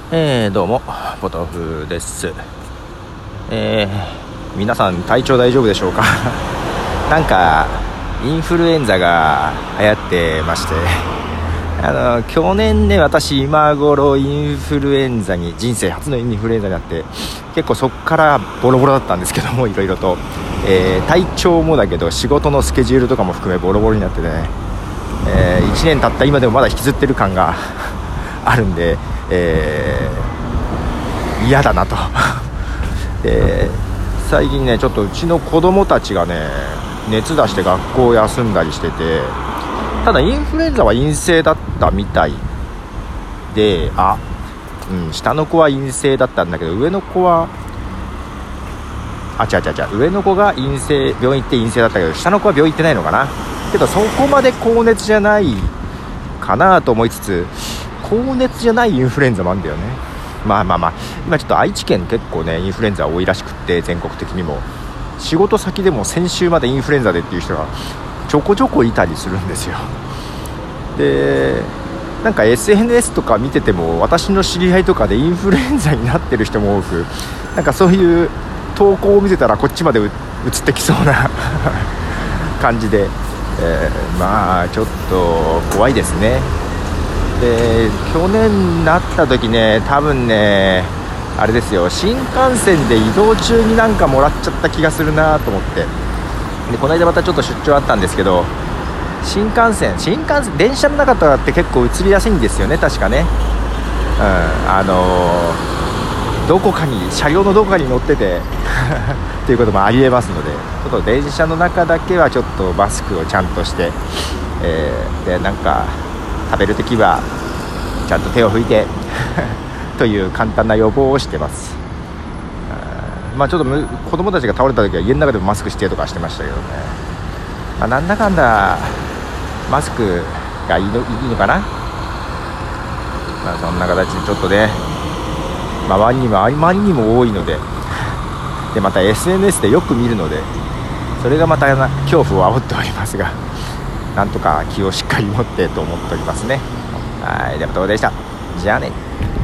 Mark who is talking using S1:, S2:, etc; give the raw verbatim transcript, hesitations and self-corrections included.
S1: えー、どうもポトフです。えー、皆さん体調大丈夫でしょうかなんかインフルエンザが流行ってまして、あの去年ね、私今頃インフルエンザに人生初のインフルエンザになって、結構そっからボロボロだったんですけども、いろいろと、えー、体調もだけど仕事のスケジュールとかも含めボロボロになってね、えー、いちねん経った今でもまだ引きずってる感があるんで、えー、嫌だなとで最近ね、ちょっとうちの子供たちがね熱出して学校休んだりしてて、ただインフルエンザは陰性だったみたいで、あ、うん、下の子は陰性だったんだけど、上の子はあ違う違う違う上の子が陰性、病院行って陰性だったけど、下の子は病院行ってないのかな。けどそこまで高熱じゃないかなと思いつつ、高熱じゃないインフルエンザもあるんだよね。まあまあまあ、今ちょっと愛知県結構ねインフルエンザ多いらしくって、全国的にも仕事先でも先週までインフルエンザでっていう人がちょこちょこいたりするんですよ。でなんか エスエヌエス とか見てても、私の知り合いとかでインフルエンザになってる人も多く、なんかそういう投稿を見てたらこっちまで移ってきそうな感じで、えー、まあちょっと怖いですね。で去年なった時ね、多分ねあれですよ、新幹線で移動中になんかもらっちゃった気がするなと思って、でこの間またちょっと出張あったんですけど、新幹線新幹線電車の中とかって結構移りやすいんですよね、確かね。うん、あのー、どこかに車両のどこかに乗っててっていうこともありえますので、ちょっと電車の中だけはちょっとマスクをちゃんとして、えー、でなんか食べるときはちゃんと手を拭いてという簡単な予防をしてます。まあちょっと子供たちが倒れたときは家の中でもマスクしてとかしてましたけどね、まあ、なんだかんだマスクがいいの、いいのかな。まあそんな形でちょっとね、周りにもあまりにも多いので、でまた エスエヌエス でよく見るので、それがまた恐怖を煽っておりますが、なんとか気をしっかり持ってと思っておりますね。はい、ではどうでした。じゃあね。